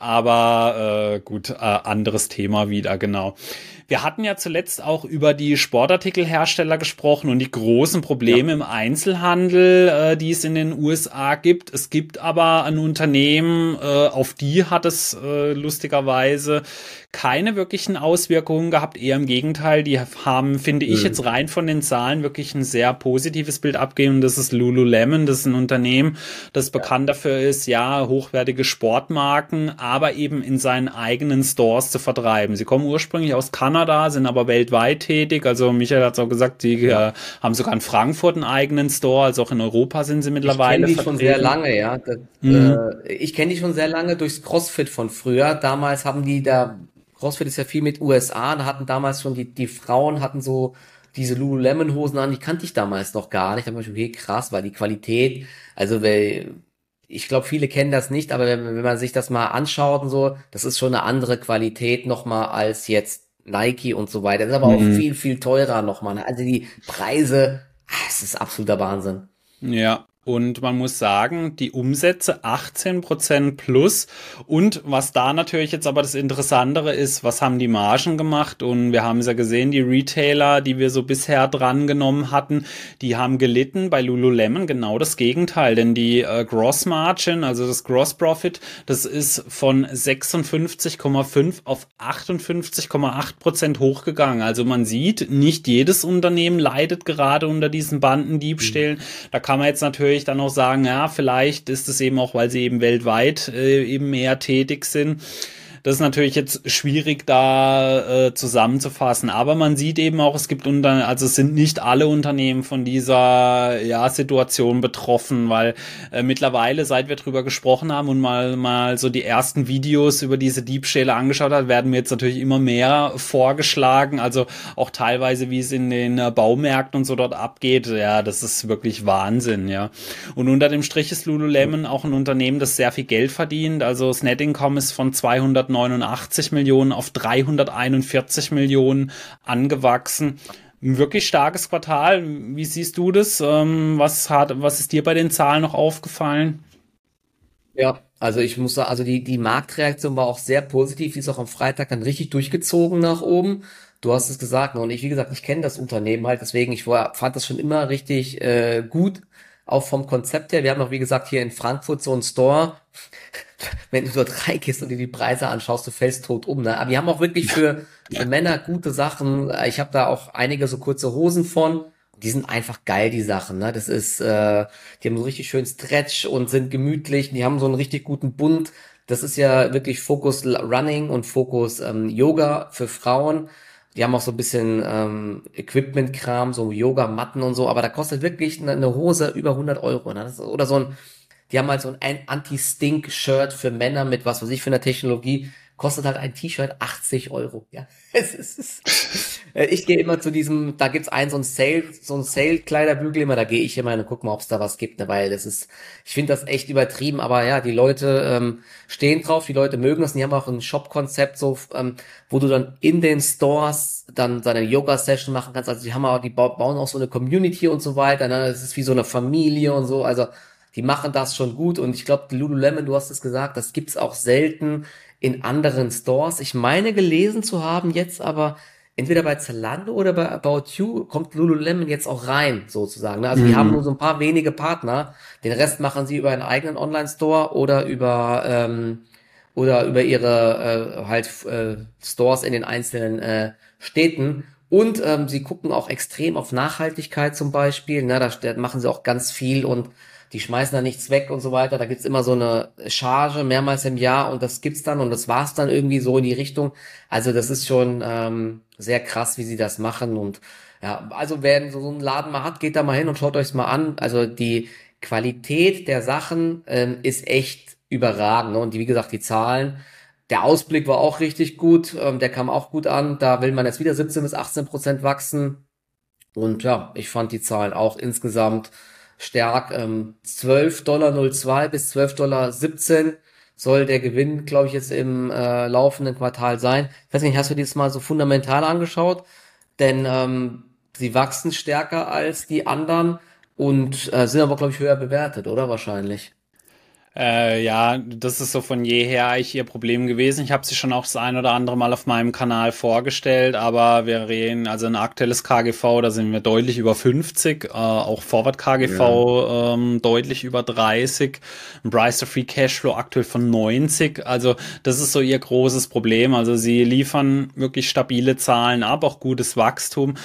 Aber äh, gut, äh, anderes Thema wieder, genau. Wir hatten ja zuletzt auch über die Sportartikelhersteller gesprochen und die großen ja. Probleme im Einzelhandel, äh, die es in den U S A gibt. Es gibt aber ein Unternehmen, äh, auf die hat es äh, lustigerweise keine wirklichen Auswirkungen gehabt, eher im Gegenteil, die haben, finde ich, jetzt Hm. rein von den Zahlen wirklich ein sehr positives Bild abgegeben. Das ist Lululemon, das ist ein Unternehmen, das Ja. bekannt dafür ist, ja, hochwertige Sportmarken, aber eben in seinen eigenen Stores zu vertreiben. Sie kommen ursprünglich aus Kanada, sind aber weltweit tätig. Also Michael hat es auch gesagt, sie Ja. äh, haben sogar in Frankfurt einen eigenen Store, also auch in Europa sind sie Ich kenne mittlerweile die schon sehr vertreten. lange, ja. Das, Mhm. äh, ich kenne die schon sehr lange durchs CrossFit von früher. Damals haben die da, CrossFit ist ja viel mit U S A, da hatten damals schon die, die Frauen hatten so diese Lululemon-Hosen an, die kannte ich damals noch gar nicht. Da hab ich mir okay, krass, weil die Qualität, also weil, ich glaube, viele kennen das nicht, aber wenn, wenn man sich das mal anschaut und so, das ist schon eine andere Qualität nochmal als jetzt Nike und so weiter. Das ist aber auch Mhm. viel, viel teurer nochmal. Ne? Also die Preise, ah, es ist absoluter Wahnsinn. Ja, und man muss sagen, die Umsätze achtzehn Prozent plus. Und was da natürlich jetzt aber das Interessantere ist, was haben die Margen gemacht? Und wir haben es ja gesehen, die Retailer, die wir so bisher drangenommen hatten, die haben gelitten. Bei Lululemon genau das Gegenteil, denn die äh, Gross Margin, also das Gross Profit, das ist von sechsundfünfzig Komma fünf auf achtundfünfzig Komma acht Prozent hochgegangen. Also man sieht, nicht jedes Unternehmen leidet gerade unter diesen Bandendiebstählen. Da kann man jetzt natürlich dann auch sagen, ja, vielleicht ist es eben auch, weil sie eben weltweit äh, eben mehr tätig sind. Das ist natürlich jetzt schwierig da äh, zusammenzufassen, aber man sieht eben auch, es gibt unter, also es sind nicht alle Unternehmen von dieser ja Situation betroffen, weil äh, mittlerweile, seit wir drüber gesprochen haben und mal mal so die ersten Videos über diese Diebstähle angeschaut hat, werden mir jetzt natürlich immer mehr vorgeschlagen, also auch teilweise, wie es in den äh, Baumärkten und so dort abgeht. Ja, das ist wirklich Wahnsinn, ja. Und unter dem Strich ist Lululemon auch ein Unternehmen, das sehr viel Geld verdient, also das Net Income ist von zweihundertneunundachtzig Millionen auf dreihunderteinundvierzig Millionen angewachsen. Ein wirklich starkes Quartal. Wie siehst du das? Ähm, was hat, was ist dir bei den Zahlen noch aufgefallen? Ja, also ich muss sagen, also die, die Marktreaktion war auch sehr positiv. Die ist auch am Freitag dann richtig durchgezogen nach oben. Du hast es gesagt, ne? Und ich, wie gesagt, ich kenne das Unternehmen halt, deswegen, ich war, fand das schon immer richtig äh, gut, auch vom Konzept her. Wir haben auch, wie gesagt, hier in Frankfurt so einen Store. Wenn du dort reingehst und dir die Preise anschaust, du fällst tot um, ne? Aber die haben auch wirklich für, für Männer gute Sachen. Ich habe da auch einige so kurze Hosen von. Die sind einfach geil, die Sachen, ne? Das ist, äh, die haben so richtig schön Stretch und sind gemütlich. Die haben so einen richtig guten Bund. Das ist ja wirklich Fokus Running und Fokus ähm, Yoga für Frauen. Die haben auch so ein bisschen ähm, Equipment-Kram, so Yoga-Matten und so, aber da kostet wirklich eine, eine Hose über hundert Euro. Ne? Das ist, oder so ein, die haben halt so ein Anti-Stink-Shirt für Männer mit was weiß ich für einer Technologie. Kostet halt ein T-Shirt achtzig Euro. Ja, es ist, es ist äh, ich gehe immer zu diesem, da gibt's einen so ein Sale, so ein Sale-Kleiderbügel immer, da gehe ich immer hin und guck mal, ob es da was gibt, ne, weil das ist, ich finde das echt übertrieben, aber ja, die Leute ähm, stehen drauf, die Leute mögen das und die haben auch ein Shop-Konzept so, ähm, wo du dann in den Stores dann deine Yoga-Session machen kannst, also die haben auch, die bauen auch so eine Community und so weiter, ne, das ist wie so eine Familie und so, also die machen das schon gut und ich glaube, Lululemon, du hast es gesagt, das gibt's auch selten in anderen Stores. Ich meine gelesen zu haben jetzt aber entweder bei Zalando oder bei About You kommt Lululemon jetzt auch rein, sozusagen. Ne? Also die haben nur Mhm. so ein paar wenige Partner. Den Rest machen sie über einen eigenen Online-Store oder über ähm, oder über ihre äh, halt äh, Stores in den einzelnen äh, Städten. Und ähm, sie gucken auch extrem auf Nachhaltigkeit zum Beispiel. Ne? Da, da machen sie auch ganz viel und die schmeißen da nichts weg und so weiter. Da gibt's immer so eine Charge mehrmals im Jahr und das gibt's dann und das war's dann irgendwie so in die Richtung. Also das ist schon ähm, sehr krass, wie sie das machen und ja, also wer so einen Laden mal hat, geht da mal hin und schaut euch's mal an. Also die Qualität der Sachen ähm, ist echt überragend, ne? Und die, wie gesagt, die Zahlen. Der Ausblick war auch richtig gut, ähm, der kam auch gut an. Da will man jetzt wieder siebzehn bis achtzehn Prozent wachsen. Und ja, ich fand die Zahlen auch insgesamt stark. Ähm, zwölf Komma null zwei bis zwölf Komma siebzehn soll der Gewinn, glaube ich, jetzt im äh, laufenden Quartal sein. Ich weiß nicht, hast du dir das mal so fundamental angeschaut? Denn ähm, sie wachsen stärker als die anderen und äh, sind aber, glaube ich, höher bewertet, oder? Wahrscheinlich. Äh, ja, das ist so von jeher eigentlich ihr Problem gewesen. Ich habe sie schon auch das ein oder andere Mal auf meinem Kanal vorgestellt, aber wir reden, also ein aktuelles K G V, da sind wir deutlich über fünfzig, äh, auch Forward K G Ja. V ähm, deutlich über dreißig, ein Price to Free Cashflow aktuell von neunzig. Also das ist so ihr großes Problem. Also sie liefern wirklich stabile Zahlen ab, auch gutes Wachstum.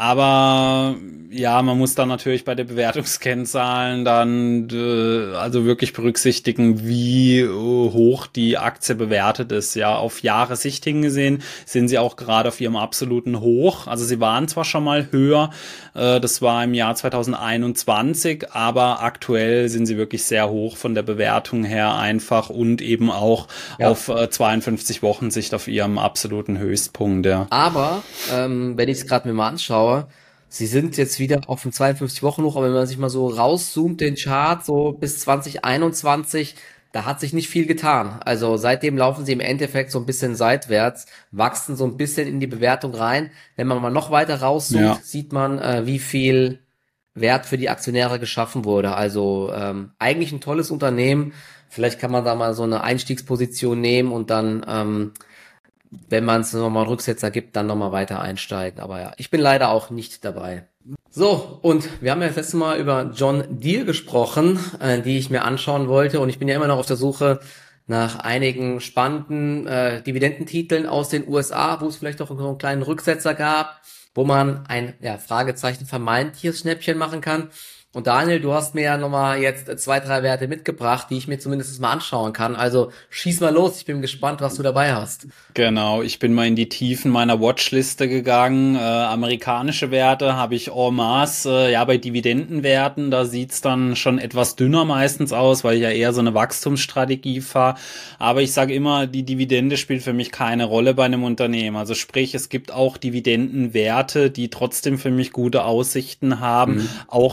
Aber ja, man muss dann natürlich bei den Bewertungskennzahlen dann äh, also wirklich berücksichtigen, wie äh, hoch die Aktie bewertet ist. Ja, auf Jahressicht hingesehen sind sie auch gerade auf ihrem absoluten Hoch. Also sie waren zwar schon mal höher, äh, das war im Jahr zwanzig einundzwanzig, aber aktuell sind sie wirklich sehr hoch von der Bewertung her einfach und eben auch Ja. auf äh, zweiundfünfzig Wochen Sicht auf ihrem absoluten Höchstpunkt. Ja. Aber ähm, wenn ich es gerade mir mal anschaue, sie sind jetzt wieder auf dem zweiundfünfzig Wochen hoch, aber wenn man sich mal so rauszoomt, den Chart, so bis zwanzig einundzwanzig, da hat sich nicht viel getan. Also seitdem laufen sie im Endeffekt so ein bisschen seitwärts, wachsen so ein bisschen in die Bewertung rein. Wenn man mal noch weiter rauszoomt, Ja. sieht man, äh, wie viel Wert für die Aktionäre geschaffen wurde. Also ähm, eigentlich ein tolles Unternehmen. Vielleicht kann man da mal so eine Einstiegsposition nehmen und dann ähm, wenn man es nochmal einen Rücksetzer gibt, dann nochmal weiter einsteigen. Aber ja, ich bin leider auch nicht dabei. So, und wir haben ja das letzte Mal über John Deere gesprochen, äh, die ich mir anschauen wollte. Und ich bin ja immer noch auf der Suche nach einigen spannenden äh, Dividendentiteln aus den U S A, wo es vielleicht auch so einen kleinen Rücksetzer gab, wo man ein ja, Fragezeichen vermeintliches Schnäppchen machen kann. Und Daniel, du hast mir ja nochmal jetzt zwei, drei Werte mitgebracht, die ich mir zumindest mal anschauen kann. Also schieß mal los, ich bin gespannt, was du dabei hast. Genau, ich bin mal in die Tiefen meiner Watchliste gegangen. Äh, amerikanische Werte habe ich en masse. Äh, ja, bei Dividendenwerten, da sieht's dann schon etwas dünner meistens aus, weil ich ja eher so eine Wachstumsstrategie fahre. Aber ich sage immer, die Dividende spielt für mich keine Rolle bei einem Unternehmen. Also sprich, es gibt auch Dividendenwerte, die trotzdem für mich gute Aussichten haben, Mhm. auch vom Kurs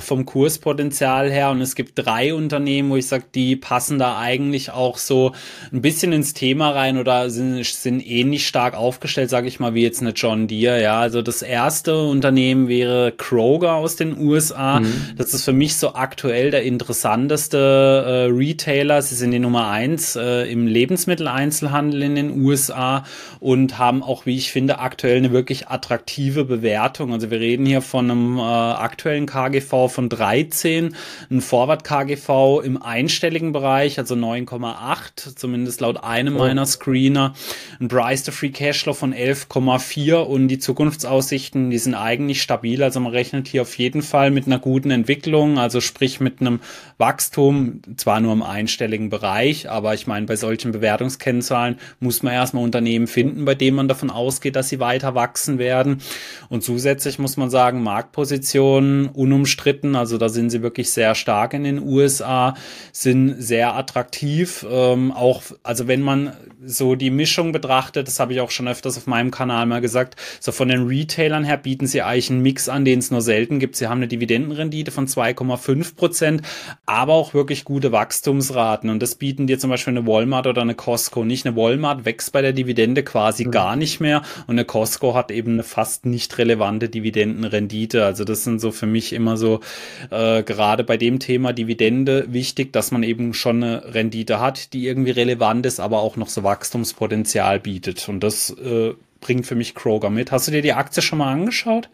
hohes Potenzial her und es gibt drei Unternehmen, wo ich sage, die passen da eigentlich auch so ein bisschen ins Thema rein oder sind, sind ähnlich stark aufgestellt, sage ich mal, wie jetzt eine John Deere. Ja, also das erste Unternehmen wäre Kroger aus den U S A. Mhm. Das ist für mich so aktuell der interessanteste äh, Retailer. Sie sind die Nummer eins äh, im Lebensmitteleinzelhandel in den U S A und haben auch, wie ich finde, aktuell eine wirklich attraktive Bewertung. Also wir reden hier von einem äh, aktuellen K G V von dreizehn, ein Forward-K G V im einstelligen Bereich, also neun Komma acht, zumindest laut einem oh. meiner Screener, ein Price to Free Cashflow von elf Komma vier und die Zukunftsaussichten, die sind eigentlich stabil. Also man rechnet hier auf jeden Fall mit einer guten Entwicklung, also sprich mit einem Wachstum, zwar nur im einstelligen Bereich, aber ich meine, bei solchen Bewertungskennzahlen muss man erstmal Unternehmen finden, bei denen man davon ausgeht, dass sie weiter wachsen werden. Und zusätzlich muss man sagen, Marktpositionen unumstritten, also da sind sie wirklich sehr stark in den U S A, sind sehr attraktiv, ähm, auch, also wenn man so die Mischung betrachtet, das habe ich auch schon öfters auf meinem Kanal mal gesagt, so von den Retailern her bieten sie eigentlich einen Mix an, den es nur selten gibt. Sie haben eine Dividendenrendite von zwei Komma fünf Prozent, aber auch wirklich gute Wachstumsraten und das bieten dir zum Beispiel eine Walmart oder eine Costco nicht. Eine Walmart wächst bei der Dividende quasi mhm. gar nicht mehr und eine Costco hat eben eine fast nicht relevante Dividendenrendite. Also das sind so für mich immer so äh, gerade bei dem Thema Dividende wichtig, dass man eben schon eine Rendite hat, die irgendwie relevant ist, aber auch noch so Wachstumspotenzial bietet. Und das äh, bringt für mich Kroger mit. Hast du dir die Aktie schon mal angeschaut?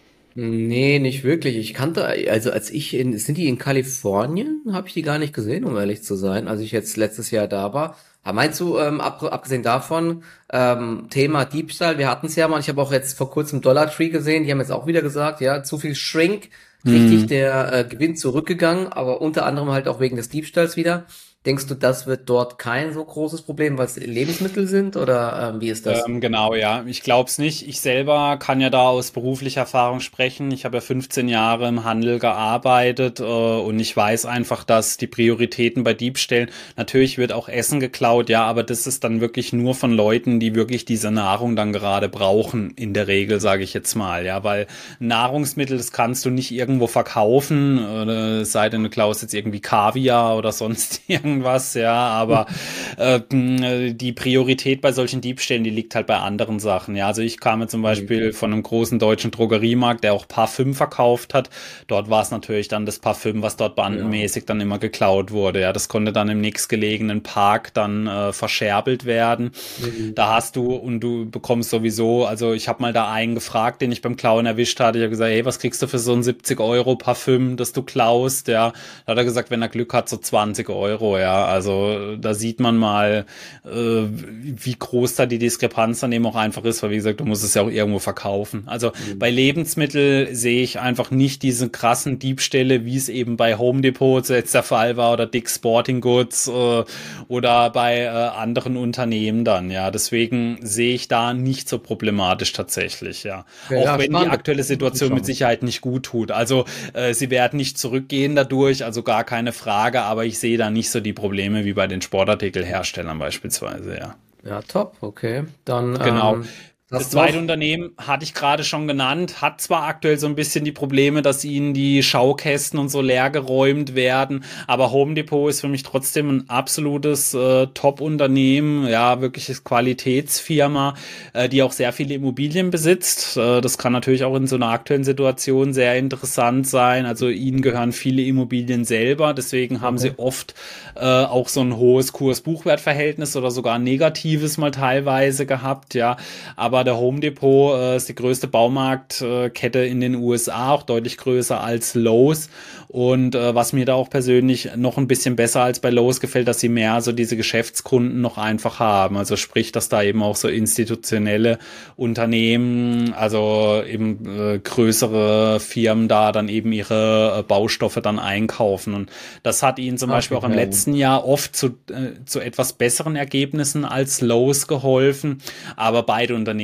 Nee, nicht wirklich. Ich kannte, also als ich in, sind die in Kalifornien? Habe ich die gar nicht gesehen, um ehrlich zu sein, als ich jetzt letztes Jahr da war. Aber meinst du, ähm, ab, abgesehen davon, ähm, Thema Diebstahl, wir hatten es ja mal, ich habe auch jetzt vor kurzem Dollar Tree gesehen, die haben jetzt auch wieder gesagt, ja, zu viel Shrink, richtig, hm. der äh, Gewinn zurückgegangen, aber unter anderem halt auch wegen des Diebstahls wieder. Denkst du, das wird dort kein so großes Problem, weil es Lebensmittel sind oder ähm, wie ist das? Ähm, genau, ja. Ich glaube es nicht. Ich selber kann ja da aus beruflicher Erfahrung sprechen. Ich habe ja fünfzehn Jahre im Handel gearbeitet äh, und ich weiß einfach, dass die Prioritäten bei Diebstählen, natürlich wird auch Essen geklaut, ja, aber das ist dann wirklich nur von Leuten, die wirklich diese Nahrung dann gerade brauchen, in der Regel, sage ich jetzt mal, ja, weil Nahrungsmittel, das kannst du nicht irgendwo verkaufen, äh, es sei denn, du klaust jetzt irgendwie Kaviar oder sonst irgendwas. Was, ja, aber äh, die Priorität bei solchen Diebstählen, die liegt halt bei anderen Sachen, ja, also ich kam zum Beispiel von einem großen deutschen Drogeriemarkt, der auch Parfüm verkauft hat, dort war es natürlich dann das Parfüm, was dort bandenmäßig ja. dann immer geklaut wurde, ja, das konnte dann im nächstgelegenen Park dann äh, verscherbelt werden, mhm. da hast du, und du bekommst sowieso, also ich habe mal da einen gefragt, den ich beim Klauen erwischt hatte, ich habe gesagt, hey, was kriegst du für so ein siebzig Euro Parfüm, das du klaust, ja, da hat er gesagt, wenn er Glück hat, so zwanzig Euro, ja, also da sieht man mal, äh, wie groß da die Diskrepanz dann eben auch einfach ist, weil wie gesagt, du musst es ja auch irgendwo verkaufen. Also mhm. bei Lebensmitteln sehe ich einfach nicht diese krassen Diebstähle, wie es eben bei Home Depot jetzt der Fall war oder Dick's Sporting Goods äh, oder bei äh, anderen Unternehmen dann, ja. Deswegen sehe ich da nicht so problematisch tatsächlich, ja. ja auch ja, wenn spannend. Die aktuelle Situation mit Sicherheit nicht gut tut. Also äh, sie werden nicht zurückgehen dadurch, also gar keine Frage, aber ich sehe da nicht so die Probleme wie bei den Sportartikelherstellern beispielsweise, ja. Ja, top, okay. Dann genau. Ähm, das zweite Unternehmen hatte ich gerade schon genannt, hat zwar aktuell so ein bisschen die Probleme, dass ihnen die Schaukästen und so leer geräumt werden, aber Home Depot ist für mich trotzdem ein absolutes äh, Top-Unternehmen, ja, wirkliches Qualitätsfirma, äh, die auch sehr viele Immobilien besitzt. Äh, das kann natürlich auch in so einer aktuellen Situation sehr interessant sein. Also ihnen gehören viele Immobilien selber, deswegen haben okay. sie oft äh, auch so ein hohes Kurs-Buchwert-Verhältnis oder sogar ein negatives mal teilweise gehabt, ja, aber der Home Depot äh, ist die größte Baumarktkette in den U S A, auch deutlich größer als Lowe's. Und äh, was mir da auch persönlich noch ein bisschen besser als bei Lowe's gefällt, dass sie mehr so diese Geschäftskunden noch einfach haben. Also sprich, dass da eben auch so institutionelle Unternehmen, also eben äh, größere Firmen da dann eben ihre äh, Baustoffe dann einkaufen. Und das hat ihnen zum Ach, Beispiel auch im letzten Jahr oft zu, äh, zu etwas besseren Ergebnissen als Lowe's geholfen. Aber beide Unternehmen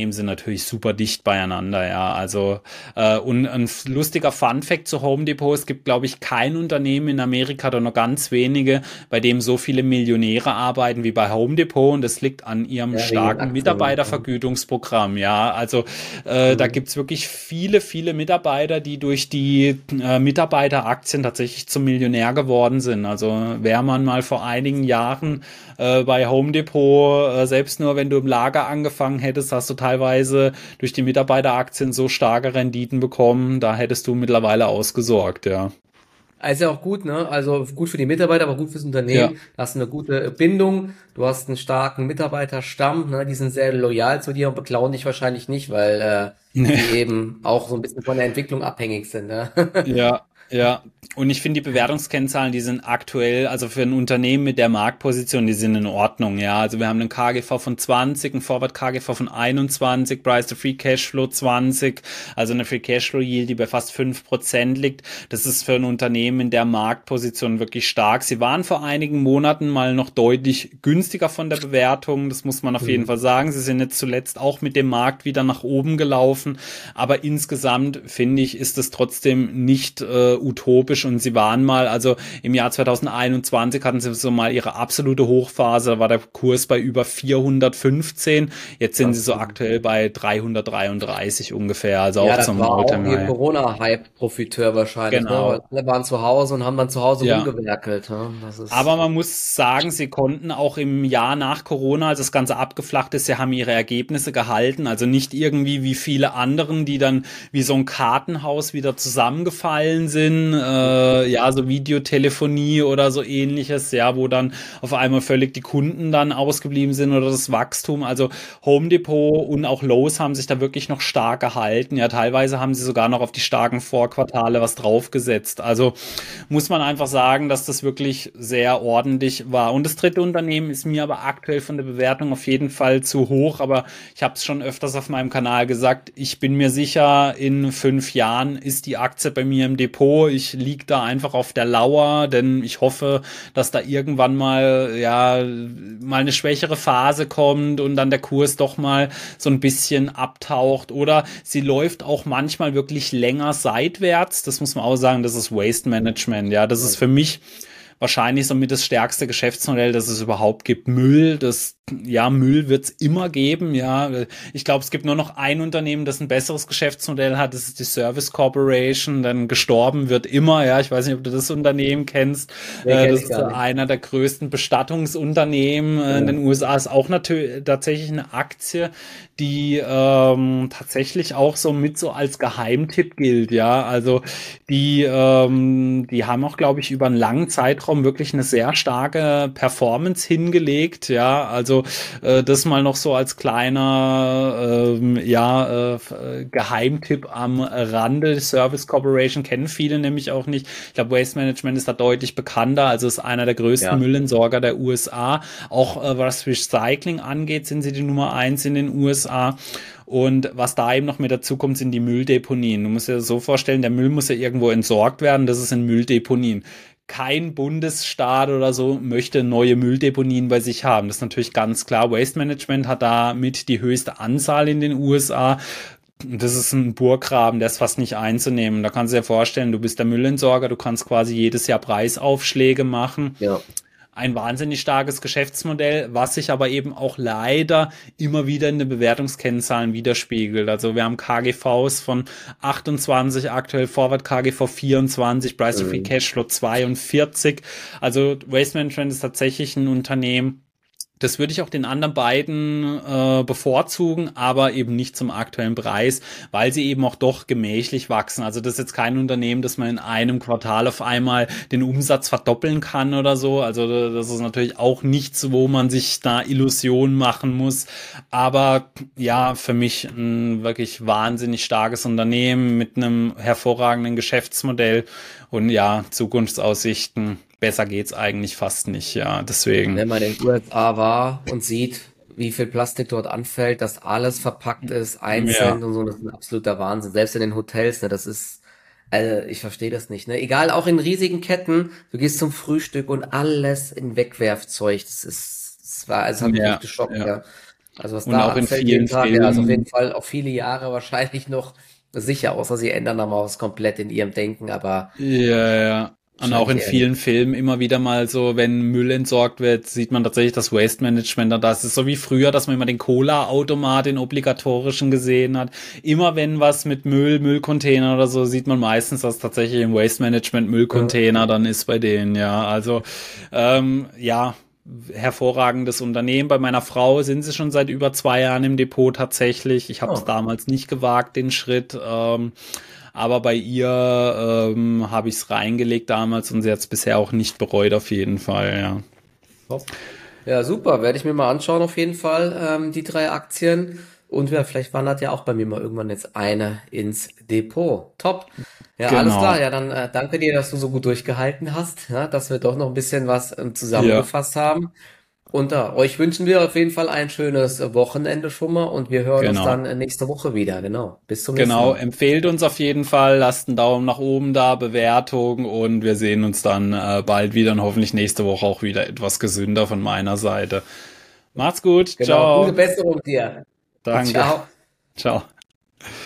Unternehmen sind natürlich super dicht beieinander, ja. Also äh, und ein lustiger Funfact zu Home Depot: Es gibt, glaube ich, kein Unternehmen in Amerika oder nur ganz wenige, bei dem so viele Millionäre arbeiten wie bei Home Depot, und das liegt an ihrem Ja, wegen den starken Aktien. Mitarbeitervergütungsprogramm, ja. Also äh, da Mhm. gibt's wirklich viele, viele Mitarbeiter, die durch die äh, Mitarbeiteraktien tatsächlich zum Millionär geworden sind. Also wäre man mal vor einigen Jahren äh, bei Home Depot, äh, selbst nur wenn du im Lager angefangen hättest, hast du teilweise durch die Mitarbeiteraktien so starke Renditen bekommen, da hättest du mittlerweile ausgesorgt, ja. Also auch gut, ne? Also gut für die Mitarbeiter, aber gut fürs Ja. Unternehmen. Da hast du eine gute Bindung. Du hast einen starken Mitarbeiterstamm, ne? Die sind sehr loyal zu dir und beklauen dich wahrscheinlich nicht, weil äh, die eben auch so ein bisschen von der Entwicklung abhängig sind, ne? Ja, ja. Und ich finde die Bewertungskennzahlen, die sind aktuell, also für ein Unternehmen mit der Marktposition, die sind in Ordnung, ja. Also wir haben einen K G V von zwanzig, einen Forward K G V von einundzwanzig, Price to Free Cashflow zwanzig, also eine Free Cashflow Yield, die bei fast fünf Prozent liegt. Das ist für ein Unternehmen in der Marktposition wirklich stark. Sie waren vor einigen Monaten mal noch deutlich günstiger von der Bewertung, das muss man auf jeden Mhm. Fall sagen. Sie sind jetzt zuletzt auch mit dem Markt wieder nach oben gelaufen, aber insgesamt finde ich, ist es trotzdem nicht äh, utopisch, und sie waren mal, also im Jahr zwanzig einundzwanzig hatten sie so mal ihre absolute Hochphase, da war der Kurs bei über vierhundertfünfzehn, jetzt sind sie Krass. so aktuell bei dreihundertdreiunddreißig ungefähr, also Ja, auch das zum war auch hier All-Time-High. Corona-Hype-Profiteur wahrscheinlich, ne? Weil Genau, alle waren zu Hause und haben dann zu Hause ja. rumgewerkelt, ne? Das ist, Aber man muss sagen, sie konnten auch im Jahr nach Corona, als das Ganze abgeflacht ist, sie haben ihre Ergebnisse gehalten. Also nicht irgendwie wie viele anderen, die dann wie so ein Kartenhaus wieder zusammengefallen sind. Äh, ja, so Videotelefonie oder so ähnliches, ja, wo dann auf einmal völlig die Kunden dann ausgeblieben sind oder das Wachstum. Also Home Depot und auch Lowe's haben sich da wirklich noch stark gehalten. Ja, teilweise haben sie sogar noch auf die starken Vorquartale was draufgesetzt. Also muss man einfach sagen, dass das wirklich sehr ordentlich war. Und das dritte Unternehmen ist mir aber aktuell von der Bewertung auf jeden Fall zu hoch. Aber ich habe es schon öfters auf meinem Kanal gesagt, ich bin mir sicher, in fünf Jahren ist die Aktie bei mir im Depot. Ich lieg da einfach auf der Lauer, denn ich hoffe, dass da irgendwann mal, ja, mal eine schwächere Phase kommt und dann der Kurs doch mal so ein bisschen abtaucht. Oder sie läuft auch manchmal wirklich länger seitwärts. Das muss man auch sagen, das ist Waste Management. Ja, das ist für mich wahrscheinlich somit das stärkste Geschäftsmodell, das es überhaupt gibt. Müll, das, ja, Müll wird es immer geben, ja. Ich glaube, es gibt nur noch ein Unternehmen, das ein besseres Geschäftsmodell hat, das ist die Service Corporation, denn gestorben wird immer, ja. Ich weiß nicht, ob du das Unternehmen kennst. nee, Äh, kenne das ich ist gar nicht. einer der größten Bestattungsunternehmen äh, in Ja. den U S A, ist auch natürlich tatsächlich eine Aktie, die ähm, tatsächlich auch so mit so als Geheimtipp gilt, ja. Also die, ähm, die haben auch, glaube ich, über einen langen Zeitraum wirklich eine sehr starke Performance hingelegt, ja. Also äh, das mal noch so als kleiner, ähm, ja, äh, Geheimtipp am Rande. Service Corporation kennen viele nämlich auch nicht. Ich glaube, Waste Management ist da deutlich bekannter. Also ist einer der größten Ja. Müllentsorger der U S A. Auch äh, was Recycling angeht, sind sie die Nummer eins in den U S A. Und was da eben noch mit dazu kommt, sind die Mülldeponien. Du musst dir das so vorstellen, der Müll muss ja irgendwo entsorgt werden, das ist in Mülldeponien. Kein Bundesstaat oder so möchte neue Mülldeponien bei sich haben. Das ist natürlich ganz klar. Waste Management hat damit die höchste Anzahl in den U S A. Das ist ein Burggraben, der ist fast nicht einzunehmen. Da kannst du dir vorstellen, du bist der Müllentsorger, du kannst quasi jedes Jahr Preisaufschläge machen. Ja. Ein wahnsinnig starkes Geschäftsmodell, was sich aber eben auch leider immer wieder in den Bewertungskennzahlen widerspiegelt. Also wir haben K G Vs von achtundzwanzig, aktuell Forward K G V vierundzwanzig, Price to Free Mhm. Cashflow zweiundvierzig. Also Waste Management ist tatsächlich ein Unternehmen, das würde ich auch den anderen beiden äh, bevorzugen, aber eben nicht zum aktuellen Preis, weil sie eben auch doch gemächlich wachsen. Also das ist jetzt kein Unternehmen, das man in einem Quartal auf einmal den Umsatz verdoppeln kann oder so. Also das ist natürlich auch nichts, wo man sich da Illusionen machen muss. Aber ja, für mich ein wirklich wahnsinnig starkes Unternehmen mit einem hervorragenden Geschäftsmodell und ja, Zukunftsaussichten. Besser geht's eigentlich fast nicht, ja, deswegen. Wenn man in den U S A war und sieht, wie viel Plastik dort anfällt, dass alles verpackt ist, Ja, einzeln und so, das ist ein absoluter Wahnsinn. Selbst in den Hotels, ne, das ist, also ich verstehe das nicht, ne? Egal, auch in riesigen Ketten, du gehst zum Frühstück und alles in Wegwerfzeug. Das ist, das war, es hat mich echt ja, geschockt, ja. ja. Also was Und da auch in anfällt jeden vielen Tag, ja, also auf jeden Filmen. Fall auch viele Jahre wahrscheinlich noch sicher, außer sie ändern dann mal was komplett in ihrem Denken, aber Ja, ja. Und auch wahrscheinlich in eher nicht. vielen Filmen immer wieder mal so, wenn Müll entsorgt wird, sieht man tatsächlich das Waste Management da. Das ist so wie früher, dass man immer den Cola-Automat, den obligatorischen gesehen hat. Immer wenn was mit Müll, Müllcontainer oder so, sieht man meistens, dass tatsächlich im Waste Management Ja. Müllcontainer dann ist bei denen, ja. Also, ähm, ja, hervorragendes Unternehmen. Bei meiner Frau sind sie schon seit über zwei Jahren im Depot tatsächlich. Ich habe es Oh, damals nicht gewagt, den Schritt. Ähm, aber bei ihr ähm, habe ich es reingelegt damals und sie hat es bisher auch nicht bereut, auf jeden Fall, ja. top. Ja, super. Werde ich mir mal anschauen, auf jeden Fall, ähm, die drei Aktien. Und ja, vielleicht wandert ja auch bei mir mal irgendwann jetzt eine ins Depot. Top. Ja, alles klar. Genau. Ja, dann äh, danke dir, dass du so gut durchgehalten hast, ja, dass wir doch noch ein bisschen was ähm, Ja, zusammengefasst haben. Und äh, euch wünschen wir auf jeden Fall ein schönes äh, Wochenende schon mal und wir hören uns genau. dann äh, nächste Woche wieder. Genau. Bis zum nächsten Genau, Mal. empfehlt uns auf jeden Fall, lasst einen Daumen nach oben da, Bewertung und wir sehen uns dann äh, bald wieder und hoffentlich nächste Woche auch wieder etwas gesünder von meiner Seite. Macht's gut, Genau. Gute ciao. Besserung dir. Danke, Ciao. ciao.